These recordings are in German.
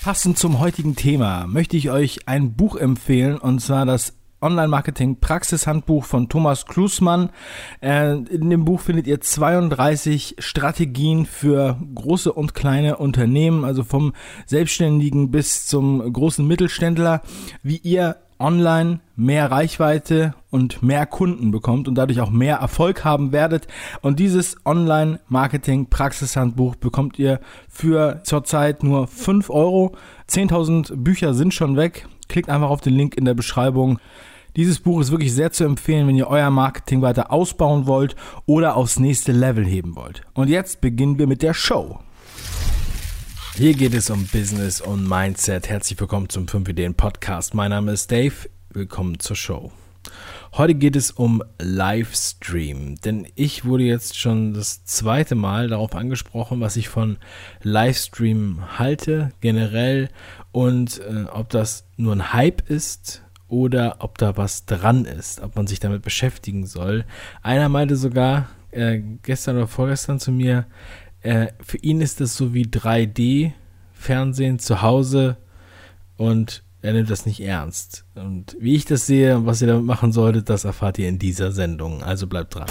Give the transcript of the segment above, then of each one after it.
Passend zum heutigen Thema möchte ich euch ein Buch empfehlen, und zwar das Online-Marketing-Praxishandbuch von Thomas Klusmann. In dem Buch findet ihr 32 Strategien für große und kleine Unternehmen, also vom Selbstständigen bis zum großen Mittelständler, wie ihr online mehr Reichweite und mehr Kunden bekommt und dadurch auch mehr Erfolg haben werdet. Und dieses Online-Marketing-Praxishandbuch bekommt ihr für zurzeit nur 5 Euro. 10.000 Bücher sind schon weg. Klickt einfach auf den Link in der Beschreibung. Dieses Buch ist wirklich sehr zu empfehlen, wenn ihr euer Marketing weiter ausbauen wollt oder aufs nächste Level heben wollt. Und jetzt beginnen wir mit der Show. Hier geht es um Business und Mindset. Herzlich willkommen zum 5 Ideen Podcast. Mein Name ist Dave. Willkommen zur Show. Heute geht es um Livestream, denn ich wurde jetzt schon das zweite Mal darauf angesprochen, was ich von Livestream halte generell und ob das nur ein Hype ist oder ob da was dran ist, ob man sich damit beschäftigen soll. Einer meinte sogar gestern oder vorgestern zu mir, für ihn ist das so wie 3D-Fernsehen zu Hause und er nimmt das nicht ernst. Und wie ich das sehe und was ihr damit machen solltet, das erfahrt ihr in dieser Sendung. Also bleibt dran.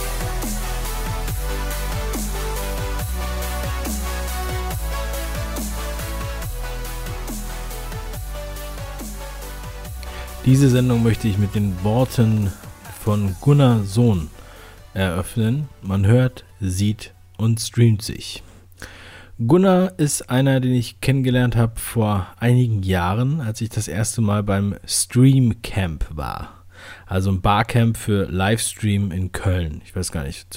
Diese Sendung möchte ich mit den Worten von Gunnar Sohn eröffnen. Man hört, sieht und streamt sich. Gunnar ist einer, den ich kennengelernt habe vor einigen Jahren, als ich das erste Mal beim Stream Camp war. Also ein Barcamp für Livestream in Köln. Ich weiß gar nicht,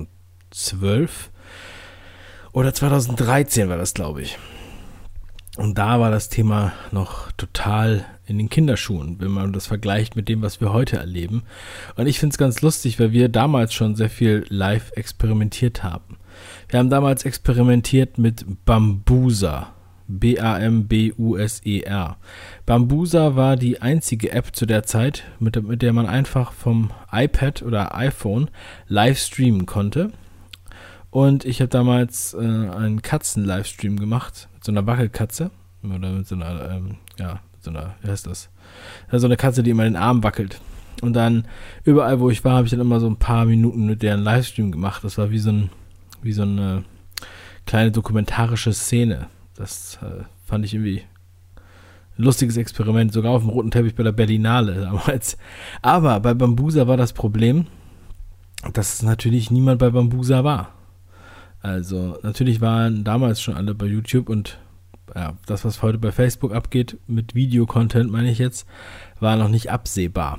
2012 oder 2013 war das, glaube ich. Und da war das Thema noch total in den Kinderschuhen, wenn man das vergleicht mit dem, was wir heute erleben. Und ich finde es ganz lustig, weil wir damals schon sehr viel live experimentiert haben. Wir haben damals experimentiert mit Bambuser, B-A-M-B-U-S-E-R. Bambuser war die einzige App zu der Zeit, mit der man einfach vom iPad oder iPhone live streamen konnte. Und ich habe damals einen Katzen-Livestream gemacht, mit so einer Wackelkatze, oder mit so einer, wie heißt das? Ja, so eine Katze, die immer den Arm wackelt. Und dann, überall wo ich war, habe ich dann immer so ein paar Minuten mit deren Livestream gemacht. Das war wie so eine kleine dokumentarische Szene. Das fand ich irgendwie ein lustiges Experiment, sogar auf dem roten Teppich bei der Berlinale damals. Aber bei Bambuser war das Problem, dass natürlich niemand bei Bambuser war. Also natürlich waren damals schon alle bei YouTube und ja, das, was heute bei Facebook abgeht, mit Videocontent meine ich jetzt, war noch nicht absehbar.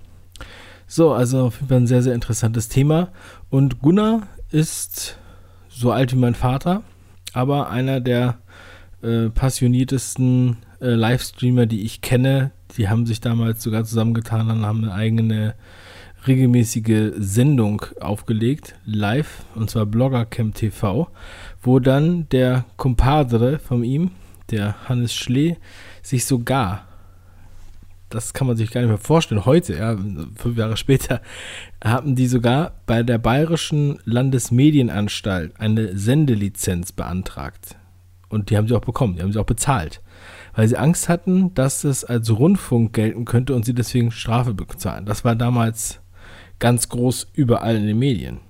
So, also auf jeden Fall ein sehr, sehr interessantes Thema. Und Gunnar ist so alt wie mein Vater, aber einer der passioniertesten Livestreamer, die ich kenne. Die haben sich damals sogar zusammengetan und haben eine eigene regelmäßige Sendung aufgelegt, live, und zwar Bloggercamp TV, wo dann der Compadre von ihm, der Hannes Schlee, sich sogar, das kann man sich gar nicht mehr vorstellen, heute, ja, 5 Jahre später, haben die sogar bei der Bayerischen Landesmedienanstalt eine Sendelizenz beantragt. Und die haben sie auch bekommen, die haben sie auch bezahlt, weil sie Angst hatten, dass es als Rundfunk gelten könnte und sie deswegen Strafe bezahlen. Das war damals ganz groß überall in den Medien.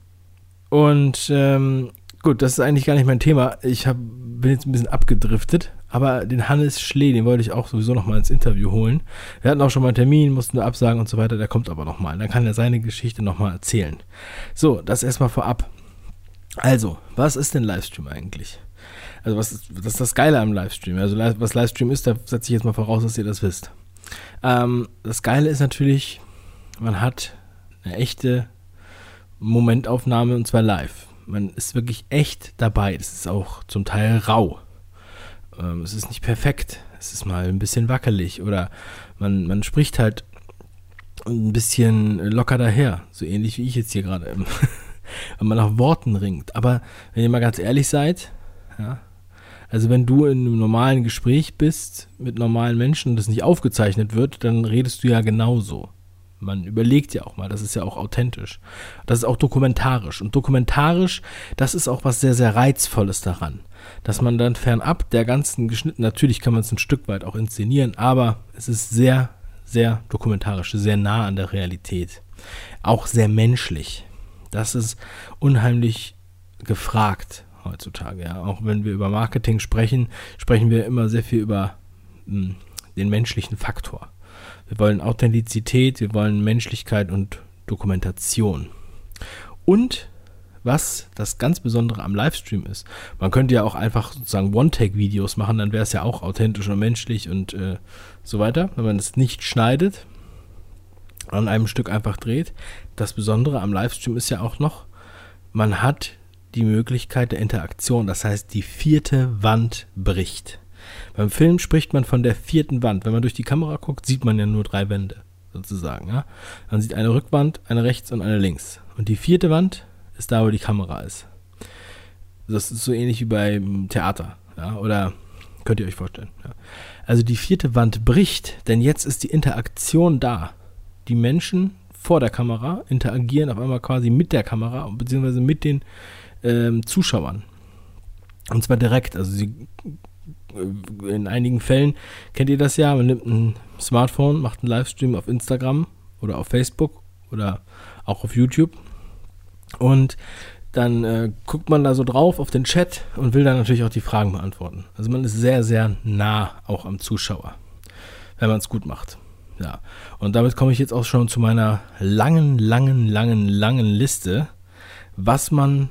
Und gut, das ist eigentlich gar nicht mein Thema. Ich bin jetzt ein bisschen abgedriftet, aber den Hannes Schlee, den wollte ich auch sowieso noch mal ins Interview holen. Wir hatten auch schon mal einen Termin, mussten nur absagen und so weiter, der kommt aber noch mal. Dann kann er seine Geschichte noch mal erzählen. So, das erstmal vorab. Also, was ist denn Livestream eigentlich? Also, das ist das Geile am Livestream. Also, was Livestream ist, da setze ich jetzt mal voraus, dass ihr das wisst. Das Geile ist natürlich, man hat eine echte Momentaufnahme und zwar live. Man ist wirklich echt dabei. Es ist auch zum Teil rau. Es ist nicht perfekt. Es ist mal ein bisschen wackelig oder man spricht halt ein bisschen locker daher. So ähnlich wie ich jetzt hier gerade. Wenn man nach Worten ringt. Aber wenn ihr mal ganz ehrlich seid, ja, also wenn du in einem normalen Gespräch bist mit normalen Menschen und das nicht aufgezeichnet wird, dann redest du ja genauso. Man überlegt ja auch mal, das ist ja auch authentisch. Das ist auch dokumentarisch. Und dokumentarisch, das ist auch was sehr, sehr Reizvolles daran. Dass man dann fernab der ganzen geschnitten, natürlich kann man es ein Stück weit auch inszenieren, aber es ist sehr, sehr dokumentarisch, sehr nah an der Realität. Auch sehr menschlich. Das ist unheimlich gefragt heutzutage. Ja. Auch wenn wir über Marketing sprechen, sprechen wir immer sehr viel über den menschlichen Faktor. Wir wollen Authentizität, wir wollen Menschlichkeit und Dokumentation. Und was das ganz Besondere am Livestream ist, man könnte ja auch einfach sozusagen One-Take-Videos machen, dann wäre es ja auch authentisch und menschlich und so weiter, wenn man es nicht schneidet, an einem Stück einfach dreht. Das Besondere am Livestream ist ja auch noch, man hat die Möglichkeit der Interaktion, das heißt, die 4. Wand bricht. Beim Film spricht man von der 4. Wand. Wenn man durch die Kamera guckt, sieht man ja nur 3 Wände, sozusagen. Ja? Man sieht eine Rückwand, eine rechts und eine links. Und die 4. Wand ist da, wo die Kamera ist. Das ist so ähnlich wie beim Theater. Ja? Oder könnt ihr euch vorstellen. Ja? Also die 4. Wand bricht, denn jetzt ist die Interaktion da. Die Menschen vor der Kamera interagieren auf einmal quasi mit der Kamera, beziehungsweise mit den Zuschauern. Und zwar direkt. Also in einigen Fällen kennt ihr das ja, man nimmt ein Smartphone, macht einen Livestream auf Instagram oder auf Facebook oder auch auf YouTube und dann guckt man da so drauf auf den Chat und will dann natürlich auch die Fragen beantworten. Also man ist sehr, sehr nah auch am Zuschauer, wenn man es gut macht. Ja, und damit komme ich jetzt auch schon zu meiner langen Liste, was man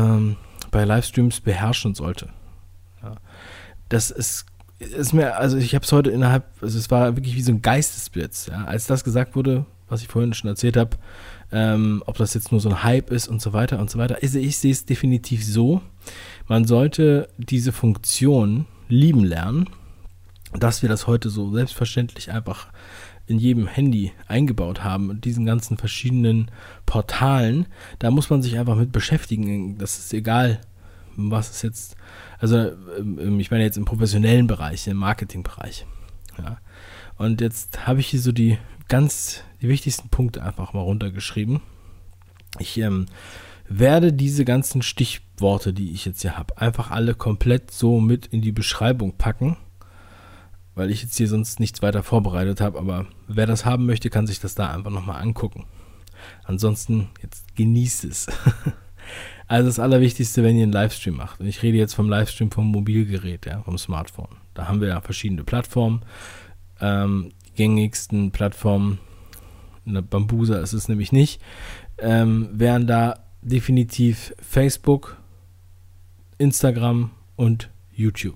bei Livestreams beherrschen sollte. Ja. Das ist mir, also ich habe es heute es war wirklich wie so ein Geistesblitz, ja, als das gesagt wurde, was ich vorhin schon erzählt habe, ob das jetzt nur so ein Hype ist und so weiter und so weiter. Also ich sehe es definitiv so, man sollte diese Funktion lieben lernen, dass wir das heute so selbstverständlich einfach in jedem Handy eingebaut haben und diesen ganzen verschiedenen Portalen, da muss man sich einfach mit beschäftigen. Das ist egal, was es jetzt, also ich meine jetzt im professionellen Bereich, im Marketingbereich. Ja. Und jetzt habe ich hier so die wichtigsten Punkte einfach mal runtergeschrieben. Ich werde diese ganzen Stichworte, die ich jetzt hier habe, einfach alle komplett so mit in die Beschreibung packen, weil ich jetzt hier sonst nichts weiter vorbereitet habe, aber wer das haben möchte, kann sich das da einfach nochmal angucken. Ansonsten, jetzt genießt es. Also das Allerwichtigste, wenn ihr einen Livestream macht, und ich rede jetzt vom Livestream vom Mobilgerät, ja, vom Smartphone. Da haben wir ja verschiedene Plattformen, die gängigsten Plattformen, eine Bambuser ist es nämlich nicht, wären da definitiv Facebook, Instagram und YouTube.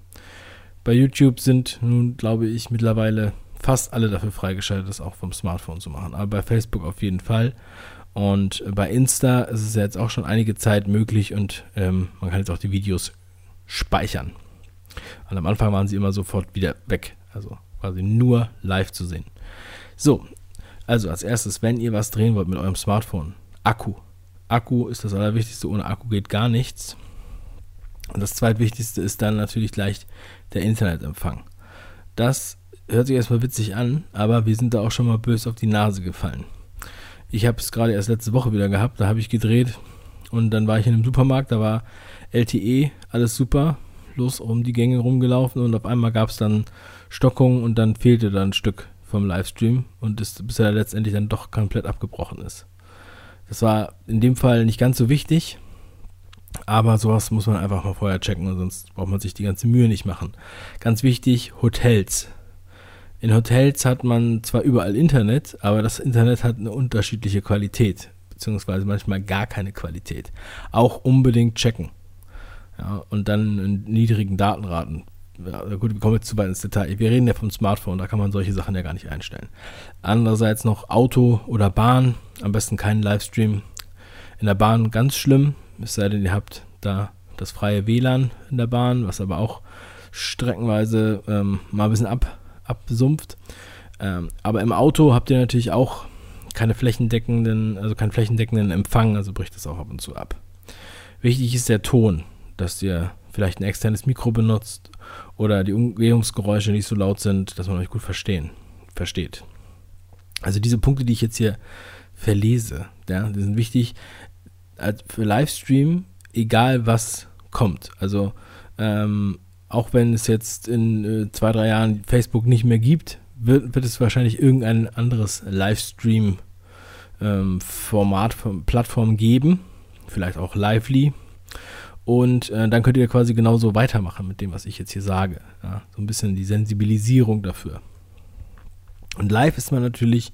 Bei YouTube sind nun, glaube ich, mittlerweile fast alle dafür freigeschaltet, das auch vom Smartphone zu machen. Aber bei Facebook auf jeden Fall. Und bei Insta ist es ja jetzt auch schon einige Zeit möglich und man kann jetzt auch die Videos speichern. Und am Anfang waren sie immer sofort wieder weg. Also quasi nur live zu sehen. So, also als erstes, wenn ihr was drehen wollt mit eurem Smartphone, Akku. Akku ist das Allerwichtigste, ohne Akku geht gar nichts. Und das Zweitwichtigste ist dann natürlich gleich der Internetempfang. Das hört sich erstmal witzig an, aber wir sind da auch schon mal böse auf die Nase gefallen. Ich habe es gerade erst letzte Woche wieder gehabt, da habe ich gedreht und dann war ich in einem Supermarkt, da war LTE, alles super, los um die Gänge rumgelaufen und auf einmal gab es dann Stockungen und dann fehlte da ein Stück vom Livestream und bis er letztendlich dann doch komplett abgebrochen ist. Das war in dem Fall nicht ganz so wichtig, aber sowas muss man einfach mal vorher checken und sonst braucht man sich die ganze Mühe nicht machen. Ganz wichtig, Hotels. In Hotels hat man zwar überall Internet, aber das Internet hat eine unterschiedliche Qualität, beziehungsweise manchmal gar keine Qualität. Auch unbedingt checken. Ja, und dann in niedrigen Datenraten. Ja, gut, wir kommen jetzt zu weit ins Detail. Wir reden ja vom Smartphone, da kann man solche Sachen ja gar nicht einstellen. Andererseits noch Auto oder Bahn, am besten keinen Livestream. In der Bahn ganz schlimm, es sei denn, ihr habt da das freie WLAN in der Bahn, was aber auch streckenweise mal ein bisschen absumpft. Aber im Auto habt ihr natürlich auch keinen flächendeckenden Empfang, also bricht das auch ab und zu ab. Wichtig ist der Ton, dass ihr vielleicht ein externes Mikro benutzt oder die Umgebungsgeräusche nicht so laut sind, dass man euch gut versteht. Also diese Punkte, die ich jetzt hier verlese, ja, die sind wichtig für Livestream, egal was kommt. Also auch wenn es jetzt in 2-3 Jahren Facebook nicht mehr gibt, wird es wahrscheinlich irgendein anderes Livestream-Format, Plattform geben, vielleicht auch Lively. Und dann könnt ihr quasi genauso weitermachen mit dem, was ich jetzt hier sage. Ja, so ein bisschen die Sensibilisierung dafür. Und live ist man natürlich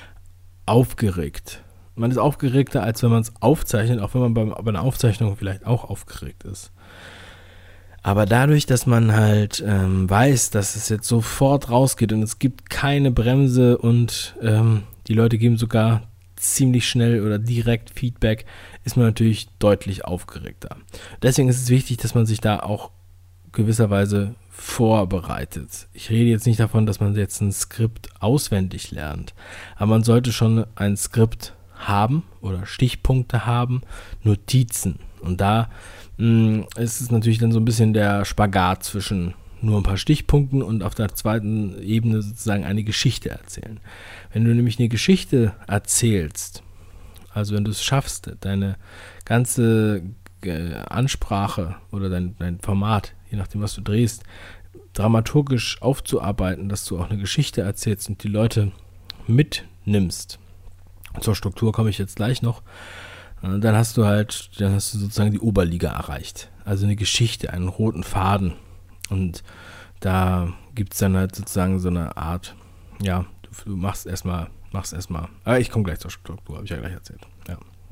aufgeregt. Man ist aufgeregter, als wenn man es aufzeichnet, auch wenn man bei einer Aufzeichnung vielleicht auch aufgeregt ist. Aber dadurch, dass man halt weiß, dass es jetzt sofort rausgeht und es gibt keine Bremse und die Leute geben sogar ziemlich schnell oder direkt Feedback, ist man natürlich deutlich aufgeregter. Deswegen ist es wichtig, dass man sich da auch gewisserweise vorbereitet. Ich rede jetzt nicht davon, dass man jetzt ein Skript auswendig lernt, aber man sollte schon ein Skript haben oder Stichpunkte haben, Notizen. Und da ist es natürlich dann so ein bisschen der Spagat zwischen nur ein paar Stichpunkten und auf der zweiten Ebene sozusagen eine Geschichte erzählen. Wenn du nämlich eine Geschichte erzählst, also wenn du es schaffst, deine ganze Ansprache oder dein Format, je nachdem was du drehst, dramaturgisch aufzuarbeiten, dass du auch eine Geschichte erzählst und die Leute mitnimmst. Zur Struktur komme ich jetzt gleich noch. Dann hast du sozusagen die Oberliga erreicht. Also eine Geschichte, einen roten Faden. Und da gibt es dann halt sozusagen so eine Art, ja, du machst erstmal, aber ich komme gleich zur Struktur, habe ich ja gleich erzählt. Ja.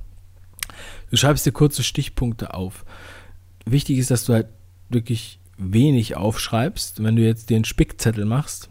Du schreibst dir kurze Stichpunkte auf. Wichtig ist, dass du halt wirklich wenig aufschreibst. Wenn du jetzt den Spickzettel machst,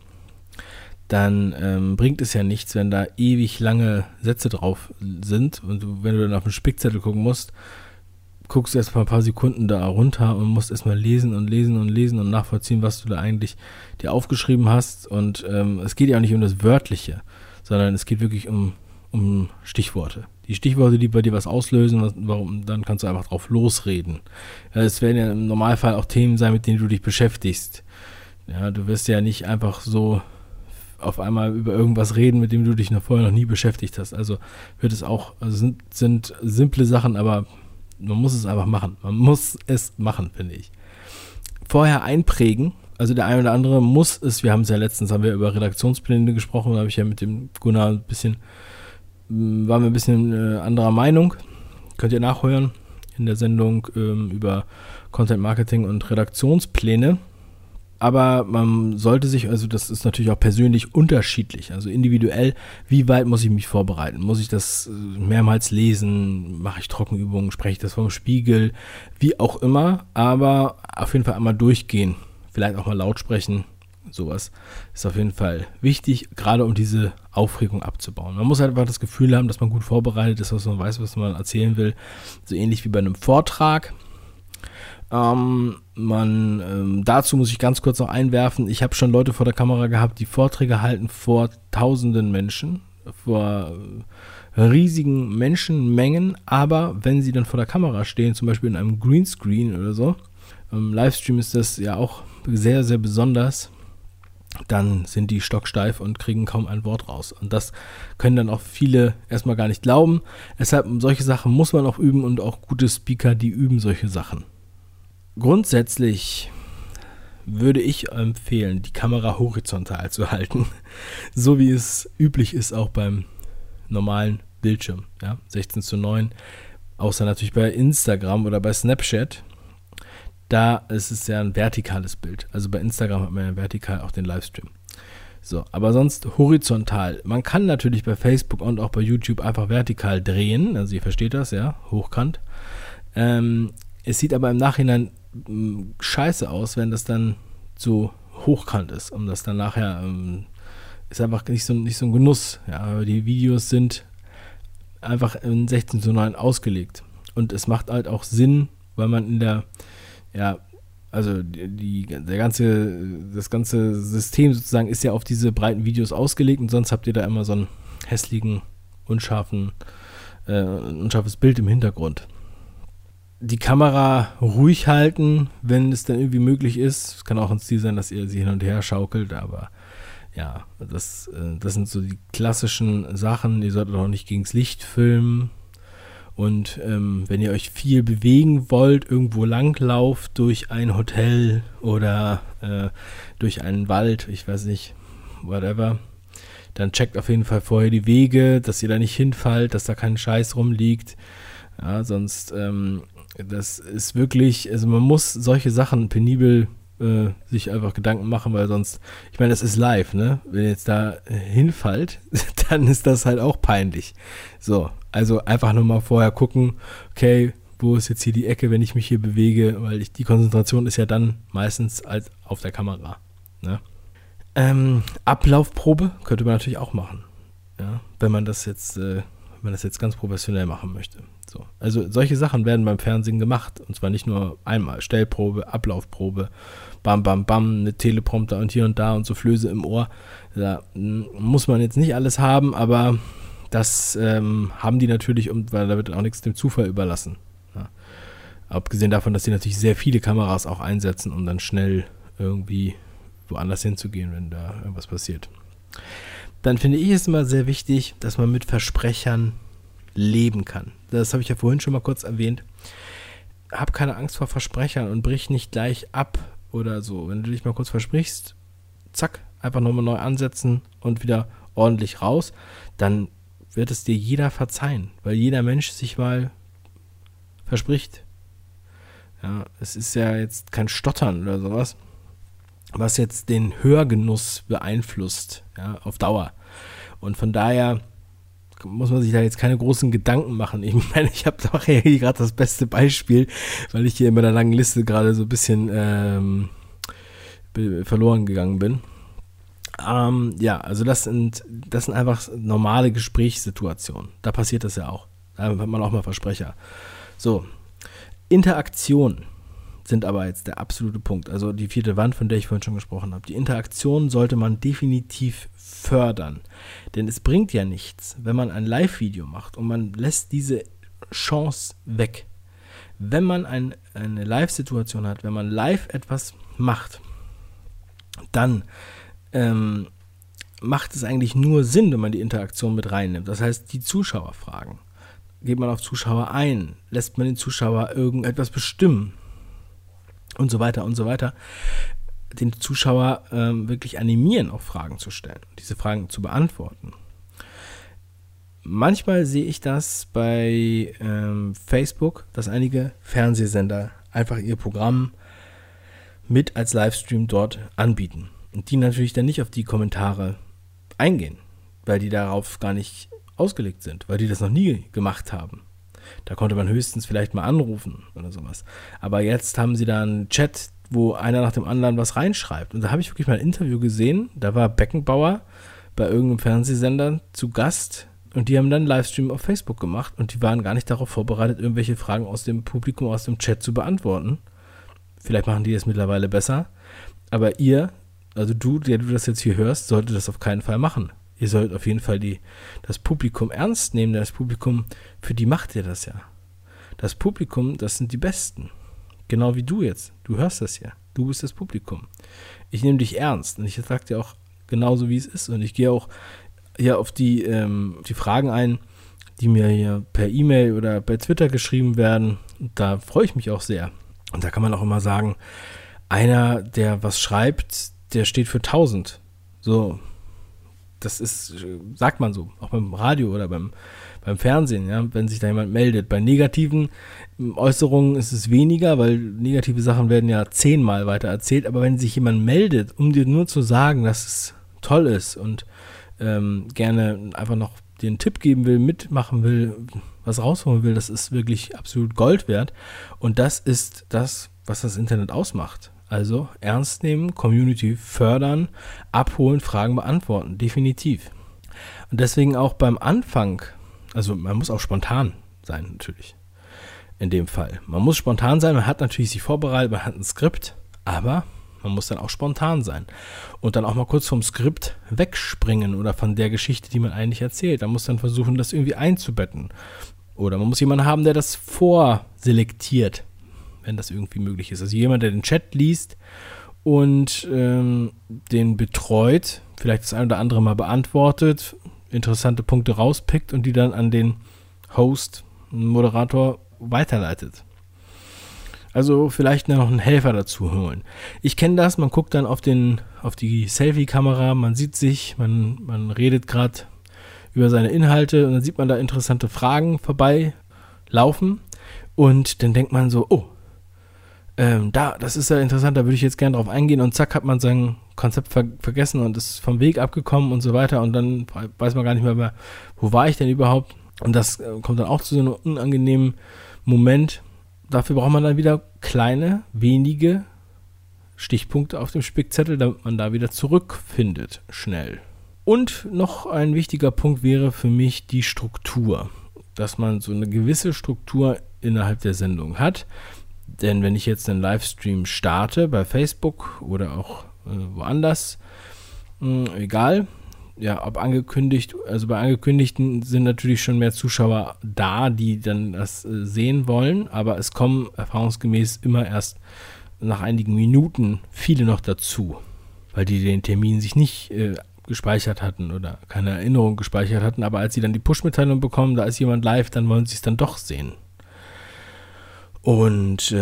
dann bringt es ja nichts, wenn da ewig lange Sätze drauf sind und wenn du dann auf den Spickzettel gucken musst, guckst du erst mal ein paar Sekunden da runter und musst erstmal lesen und nachvollziehen, was du da eigentlich dir aufgeschrieben hast. Und es geht ja auch nicht um das Wörtliche, sondern es geht wirklich um Stichworte. Die Stichworte, die bei dir was auslösen, dann kannst du einfach drauf losreden. Es werden ja im Normalfall auch Themen sein, mit denen du dich beschäftigst. Ja, du wirst ja nicht einfach so auf einmal über irgendwas reden, mit dem du dich vorher noch nie beschäftigt hast. Also wird es auch, sind simple Sachen, aber man muss es einfach machen. Man muss es machen, finde ich. Vorher einprägen, also der eine oder andere muss es, haben wir über Redaktionspläne gesprochen, da habe ich ja mit dem Gunnar waren wir ein bisschen anderer Meinung. Könnt ihr nachhören in der Sendung über Content Marketing und Redaktionspläne. Aber man sollte sich, also das ist natürlich auch persönlich unterschiedlich, also individuell, wie weit muss ich mich vorbereiten? Muss ich das mehrmals lesen? Mache ich Trockenübungen? Spreche ich das vom Spiegel? Wie auch immer, aber auf jeden Fall einmal durchgehen, vielleicht auch mal laut sprechen, sowas ist auf jeden Fall wichtig, gerade um diese Aufregung abzubauen. Man muss halt einfach das Gefühl haben, dass man gut vorbereitet ist, dass man weiß, was man erzählen will, so ähnlich wie bei einem Vortrag. Dazu muss ich ganz kurz noch einwerfen, ich habe schon Leute vor der Kamera gehabt, die Vorträge halten vor tausenden Menschen, vor riesigen Menschenmengen, aber wenn sie dann vor der Kamera stehen, zum Beispiel in einem Greenscreen oder so, im Livestream ist das ja auch sehr, sehr besonders, dann sind die stocksteif und kriegen kaum ein Wort raus. Und das können dann auch viele erstmal gar nicht glauben. Deshalb, solche Sachen muss man auch üben und auch gute Speaker, die üben solche Sachen. Grundsätzlich würde ich empfehlen, die Kamera horizontal zu halten, so wie es üblich ist auch beim normalen Bildschirm, ja, 16:9, außer natürlich bei Instagram oder bei Snapchat, da ist es ja ein vertikales Bild, also bei Instagram hat man ja vertikal auch den Livestream. So, aber sonst horizontal. Man kann natürlich bei Facebook und auch bei YouTube einfach vertikal drehen, also ihr versteht das, ja, hochkant. Es sieht aber im Nachhinein scheiße aus, wenn das dann so hochkant ist, und das dann nachher ist einfach nicht so ein Genuss. Ja, aber die Videos sind einfach in 16:9 ausgelegt und es macht halt auch Sinn, weil man das ganze System sozusagen ist ja auf diese breiten Videos ausgelegt und sonst habt ihr da immer so einen hässlichen, unscharfes Bild im Hintergrund. Die Kamera ruhig halten, wenn es dann irgendwie möglich ist. Es kann auch ein Ziel sein, dass ihr sie hin und her schaukelt, aber Ja, das sind so die klassischen Sachen. Ihr solltet auch nicht gegens Licht filmen. Und wenn ihr euch viel bewegen wollt, irgendwo langlauft durch ein Hotel oder durch einen Wald, ich weiß nicht, whatever, dann checkt auf jeden Fall vorher die Wege, dass ihr da nicht hinfallt, dass da kein Scheiß rumliegt. Ja, sonst, das ist wirklich, also man muss solche Sachen penibel sich einfach Gedanken machen, weil sonst, ich meine, das ist live, ne? Wenn ihr jetzt da hinfallt, dann ist das halt auch peinlich. So, also einfach nur mal vorher gucken, okay, wo ist jetzt hier die Ecke, wenn ich mich hier bewege, weil die Konzentration ist ja dann meistens als auf der Kamera, ne? Ablaufprobe könnte man natürlich auch machen, ja? Wenn man das jetzt ganz professionell machen möchte. So. Also solche Sachen werden beim Fernsehen gemacht, und zwar nicht nur einmal. Stellprobe, Ablaufprobe, bam, bam, bam, eine Teleprompter und hier und da und so Flöße im Ohr. Da muss man jetzt nicht alles haben, aber das haben die natürlich, weil da wird auch nichts dem Zufall überlassen. Ja. Abgesehen davon, dass sie natürlich sehr viele Kameras auch einsetzen, um dann schnell irgendwie woanders hinzugehen, wenn da irgendwas passiert. Dann finde ich es immer sehr wichtig, dass man mit Versprechern leben kann. Das habe ich ja vorhin schon mal kurz erwähnt. Hab keine Angst vor Versprechern und brich nicht gleich ab oder so. Wenn du dich mal kurz versprichst, zack, einfach nochmal neu ansetzen und wieder ordentlich raus, dann wird es dir jeder verzeihen, weil jeder Mensch sich mal verspricht. Ja, es ist ja jetzt kein Stottern oder sowas, was jetzt den Hörgenuss beeinflusst, ja, auf Dauer. Und von daher muss man sich da jetzt keine großen Gedanken machen. Ich meine, ich habe doch hier gerade das beste Beispiel, weil ich hier in meiner langen Liste gerade so ein bisschen verloren gegangen bin. Ja, also das sind einfach normale Gesprächssituationen. Da passiert das ja auch. Da hat man auch mal Versprecher. So, Interaktion sind aber jetzt der absolute Punkt. Also die vierte Wand, von der ich vorhin schon gesprochen habe. Die Interaktion sollte man definitiv fördern. Denn es bringt ja nichts, wenn man ein Live-Video macht und man lässt diese Chance weg. Wenn man eine Live-Situation hat, wenn man live etwas macht, dann macht es eigentlich nur Sinn, wenn man die Interaktion mit reinnimmt. Das heißt, die Zuschauer fragen. Geht man auf Zuschauer ein? Lässt man den Zuschauer irgendetwas bestimmen? Und so weiter und so weiter. Den Zuschauer wirklich animieren, auch Fragen zu stellen, diese Fragen zu beantworten. Manchmal sehe ich das bei Facebook, dass einige Fernsehsender einfach ihr Programm mit als Livestream dort anbieten. Und die natürlich dann nicht auf die Kommentare eingehen, weil die darauf gar nicht ausgelegt sind, weil die das noch nie gemacht haben. Da konnte man höchstens vielleicht mal anrufen oder sowas. Aber jetzt haben sie da einen Chat, wo einer nach dem anderen was reinschreibt. Und da habe ich wirklich mal ein Interview gesehen, da war Beckenbauer bei irgendeinem Fernsehsender zu Gast und die haben dann einen Livestream auf Facebook gemacht und die waren gar nicht darauf vorbereitet, irgendwelche Fragen aus dem Publikum, aus dem Chat zu beantworten. Vielleicht machen die das mittlerweile besser. Aber ihr, also du, der du das jetzt hier hörst, solltet das auf keinen Fall machen. Ihr sollt auf jeden Fall das Publikum ernst nehmen, denn das Publikum, für die macht ihr das ja. Das Publikum, das sind die Besten. Genau wie du jetzt. Du hörst das ja. Du bist das Publikum. Ich nehme dich ernst und ich sage dir auch genauso, wie es ist. Und ich gehe auch hier auf die Fragen ein, die mir hier per E-Mail oder bei Twitter geschrieben werden. Und da freue ich mich auch sehr. Und da kann man auch immer sagen, einer, der was schreibt, der steht für 1000. So. Das ist, sagt man so, auch beim Radio oder beim Fernsehen, ja, wenn sich da jemand meldet. Bei negativen Äußerungen ist es weniger, weil negative Sachen werden ja 10-mal weiter erzählt, aber wenn sich jemand meldet, um dir nur zu sagen, dass es toll ist und gerne einfach noch dir einen Tipp geben will, mitmachen will, was rausholen will, das ist wirklich absolut Gold wert. Und das ist das, was das Internet ausmacht. Also ernst nehmen, Community fördern, abholen, Fragen beantworten, definitiv. Und deswegen auch beim Anfang, also man muss auch spontan sein natürlich, in dem Fall. Man muss spontan sein, man hat natürlich sich vorbereitet, man hat ein Skript, aber man muss dann auch spontan sein. Und dann auch mal kurz vom Skript wegspringen oder von der Geschichte, die man eigentlich erzählt. Man muss dann versuchen, das irgendwie einzubetten. Oder man muss jemanden haben, der das vorselektiert, wenn das irgendwie möglich ist. Also jemand, der den Chat liest und den betreut, vielleicht das ein oder andere mal beantwortet, interessante Punkte rauspickt und die dann an den Host, Moderator weiterleitet. Also vielleicht noch einen Helfer dazu holen. Ich kenne das, man guckt dann auf die Selfie-Kamera, man sieht sich, man redet gerade über seine Inhalte und dann sieht man da interessante Fragen vorbeilaufen und dann denkt man so, oh, das ist ja interessant, da würde ich jetzt gerne drauf eingehen und zack, hat man sein Konzept vergessen und ist vom Weg abgekommen und so weiter und dann weiß man gar nicht mehr, wo war ich denn überhaupt? Und das kommt dann auch zu so einem unangenehmen Moment. Dafür braucht man dann wieder kleine, wenige Stichpunkte auf dem Spickzettel, damit man da wieder zurückfindet, schnell. Und noch ein wichtiger Punkt wäre für mich die Struktur, dass man so eine gewisse Struktur innerhalb der Sendung hat. Denn wenn ich jetzt einen Livestream starte bei Facebook oder auch woanders, egal, ja, ob angekündigt, also bei Angekündigten sind natürlich schon mehr Zuschauer da, die dann das sehen wollen, aber es kommen erfahrungsgemäß immer erst nach einigen Minuten viele noch dazu, weil die den Termin sich nicht gespeichert hatten oder keine Erinnerung gespeichert hatten, aber als sie dann die Push-Mitteilung bekommen, da ist jemand live, dann wollen sie es dann doch sehen. Und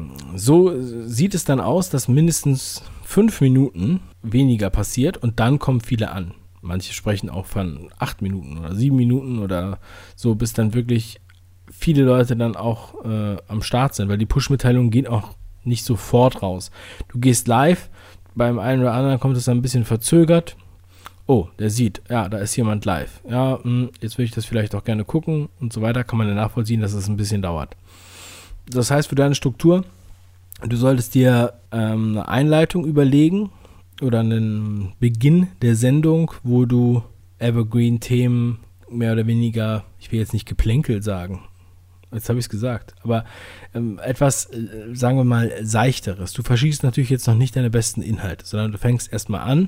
so sieht es dann aus, dass mindestens 5 Minuten weniger passiert und dann kommen viele an. Manche sprechen auch von 8 Minuten oder 7 Minuten oder so, bis dann wirklich viele Leute dann auch am Start sind, weil die Push-Mitteilungen gehen auch nicht sofort raus. Du gehst live, beim einen oder anderen kommt es dann ein bisschen verzögert. Oh, der sieht, ja, da ist jemand live. Ja, jetzt will ich das vielleicht auch gerne gucken und so weiter. Kann man dann nachvollziehen, dass es ein bisschen dauert. Das heißt, für deine Struktur, du solltest dir eine Einleitung überlegen oder einen Beginn der Sendung, wo du Evergreen-Themen mehr oder weniger, ich will jetzt nicht Geplänkel sagen, jetzt habe ich es gesagt, aber etwas, sagen wir mal, Seichteres. Du verschießt natürlich jetzt noch nicht deine besten Inhalte, sondern du fängst erstmal an,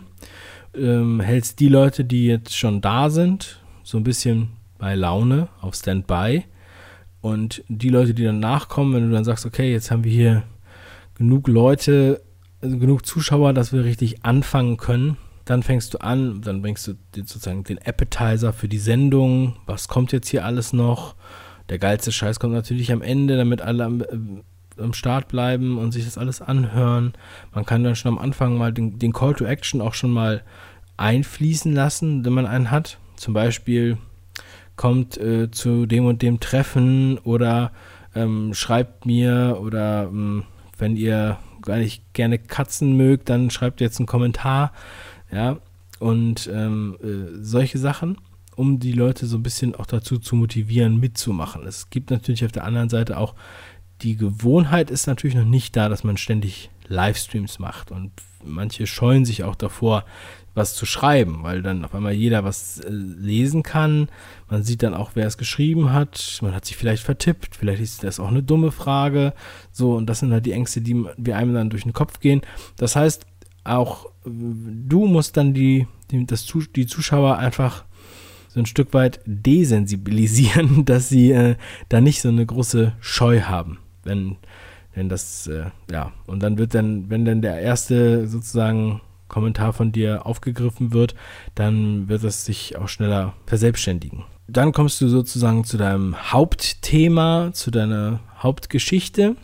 hältst die Leute, die jetzt schon da sind, so ein bisschen bei Laune auf Standby und die Leute, die dann nachkommen, wenn du dann sagst, okay, jetzt haben wir hier genug Leute, also genug Zuschauer, dass wir richtig anfangen können, dann fängst du an, dann bringst du sozusagen den Appetizer für die Sendung, was kommt jetzt hier alles noch, der geilste Scheiß kommt natürlich am Ende, damit alle am Start bleiben und sich das alles anhören. Man kann dann schon am Anfang mal den Call to Action auch schon mal einfließen lassen, wenn man einen hat. Zum Beispiel kommt zu dem und dem Treffen oder schreibt mir oder wenn ihr gar nicht gerne Katzen mögt, dann schreibt jetzt einen Kommentar. Ja, und solche Sachen, um die Leute so ein bisschen auch dazu zu motivieren, mitzumachen. Es gibt natürlich auf der anderen Seite auch, die Gewohnheit ist natürlich noch nicht da, dass man ständig Livestreams macht und manche scheuen sich auch davor, was zu schreiben, weil dann auf einmal jeder was lesen kann. Man sieht dann auch, wer es geschrieben hat. Man hat sich vielleicht vertippt. Vielleicht ist das auch eine dumme Frage. So, und das sind halt die Ängste, die einem dann durch den Kopf gehen. Das heißt, auch du musst dann die Zuschauer einfach so ein Stück weit desensibilisieren, dass sie da nicht so eine große Scheu haben. Wenn das, und dann wird dann, wenn dann der erste sozusagen Kommentar von dir aufgegriffen wird, dann wird es sich auch schneller verselbstständigen. Dann kommst du sozusagen zu deinem Hauptthema, zu deiner Hauptgeschichte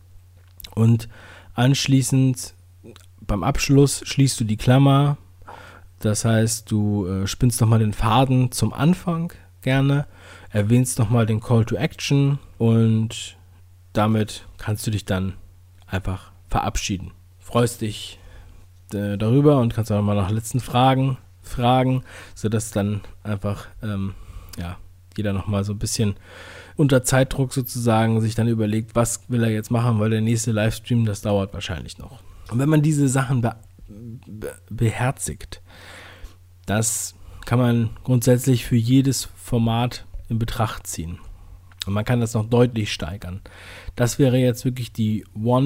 und anschließend beim Abschluss schließt du die Klammer. Das heißt, du spinnst nochmal den Faden zum Anfang gerne, erwähnst nochmal den Call to Action und damit kannst du dich dann einfach verabschieden. Freust dich darüber und kannst auch mal nach letzten Fragen, sodass dann einfach jeder nochmal so ein bisschen unter Zeitdruck sozusagen sich dann überlegt, was will er jetzt machen, weil der nächste Livestream, das dauert wahrscheinlich noch. Und wenn man diese Sachen beherzigt, das kann man grundsätzlich für jedes Format in Betracht ziehen. Und man kann das noch deutlich steigern. Das wäre jetzt wirklich die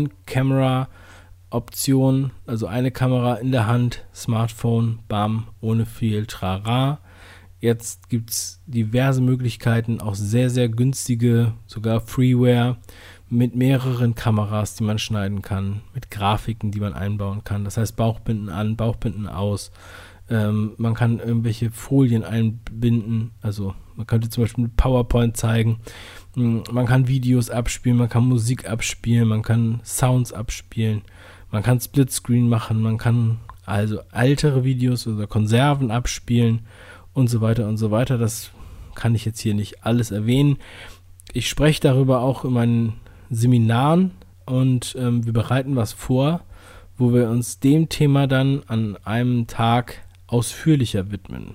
One-Camera-Option, also eine Kamera in der Hand, Smartphone, bam, ohne viel Trara. Jetzt gibt es diverse Möglichkeiten, auch sehr, sehr günstige, sogar Freeware, mit mehreren Kameras, die man schneiden kann, mit Grafiken, die man einbauen kann. Das heißt Bauchbinden an, Bauchbinden aus, Man kann irgendwelche Folien einbinden, also man könnte zum Beispiel mit PowerPoint zeigen, man kann Videos abspielen, man kann Musik abspielen, man kann Sounds abspielen, man kann Splitscreen machen, man kann also ältere Videos oder Konserven abspielen und so weiter und so weiter. Das kann ich jetzt hier nicht alles erwähnen. Ich spreche darüber auch in meinen Seminaren und wir bereiten was vor, wo wir uns dem Thema dann an einem Tag ausführlicher widmen.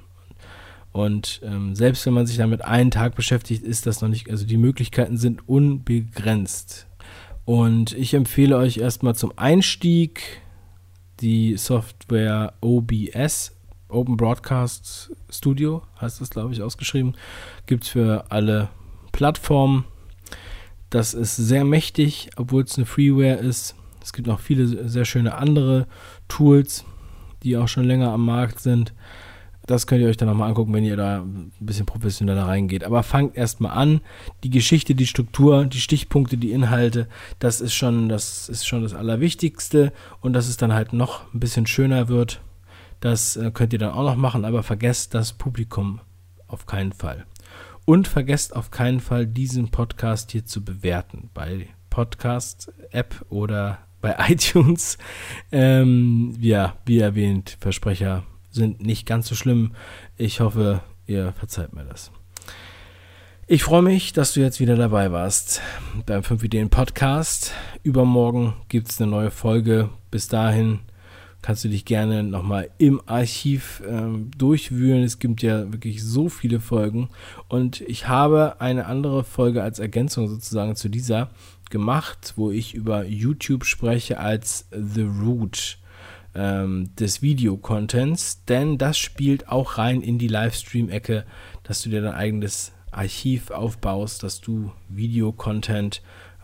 Und selbst wenn man sich damit einen Tag beschäftigt, ist das noch nicht, also die Möglichkeiten sind unbegrenzt. Und ich empfehle euch erstmal zum Einstieg die Software OBS, Open Broadcast Studio, heißt das, glaube ich, ausgeschrieben. Gibt es für alle Plattformen. Das ist sehr mächtig, obwohl es eine Freeware ist. Es gibt noch viele sehr schöne andere Tools, die auch schon länger am Markt sind. Das könnt ihr euch dann nochmal angucken, wenn ihr da ein bisschen professioneller reingeht. Aber fangt erstmal an. Die Geschichte, die Struktur, die Stichpunkte, die Inhalte, das ist schon das Allerwichtigste. Und dass es dann halt noch ein bisschen schöner wird, das könnt ihr dann auch noch machen. Aber vergesst das Publikum auf keinen Fall. Und vergesst auf keinen Fall, diesen Podcast hier zu bewerten. Bei Podcast-App oder bei iTunes. Wie erwähnt, Versprecher sind nicht ganz so schlimm. Ich hoffe, ihr verzeiht mir das. Ich freue mich, dass du jetzt wieder dabei warst beim 5 Ideen Podcast. Übermorgen gibt es eine neue Folge. Bis dahin kannst du dich gerne nochmal im Archiv durchwühlen. Es gibt ja wirklich so viele Folgen. Und ich habe eine andere Folge als Ergänzung sozusagen zu dieser gemacht, wo ich über YouTube spreche als The Root des Videocontents, denn das spielt auch rein in die Livestream-Ecke, dass du dir dein eigenes Archiv aufbaust, dass du Videocontent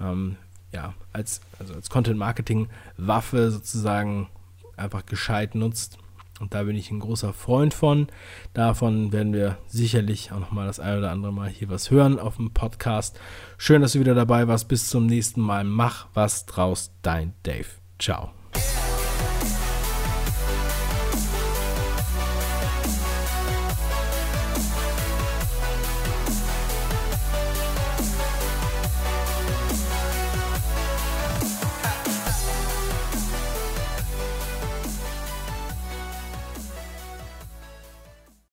als Content-Marketing-Waffe sozusagen einfach gescheit nutzt. Und da bin ich ein großer Freund von. Davon werden wir sicherlich auch nochmal das ein oder andere Mal hier was hören auf dem Podcast. Schön, dass du wieder dabei warst. Bis zum nächsten Mal. Mach was draus. Dein Dave. Ciao.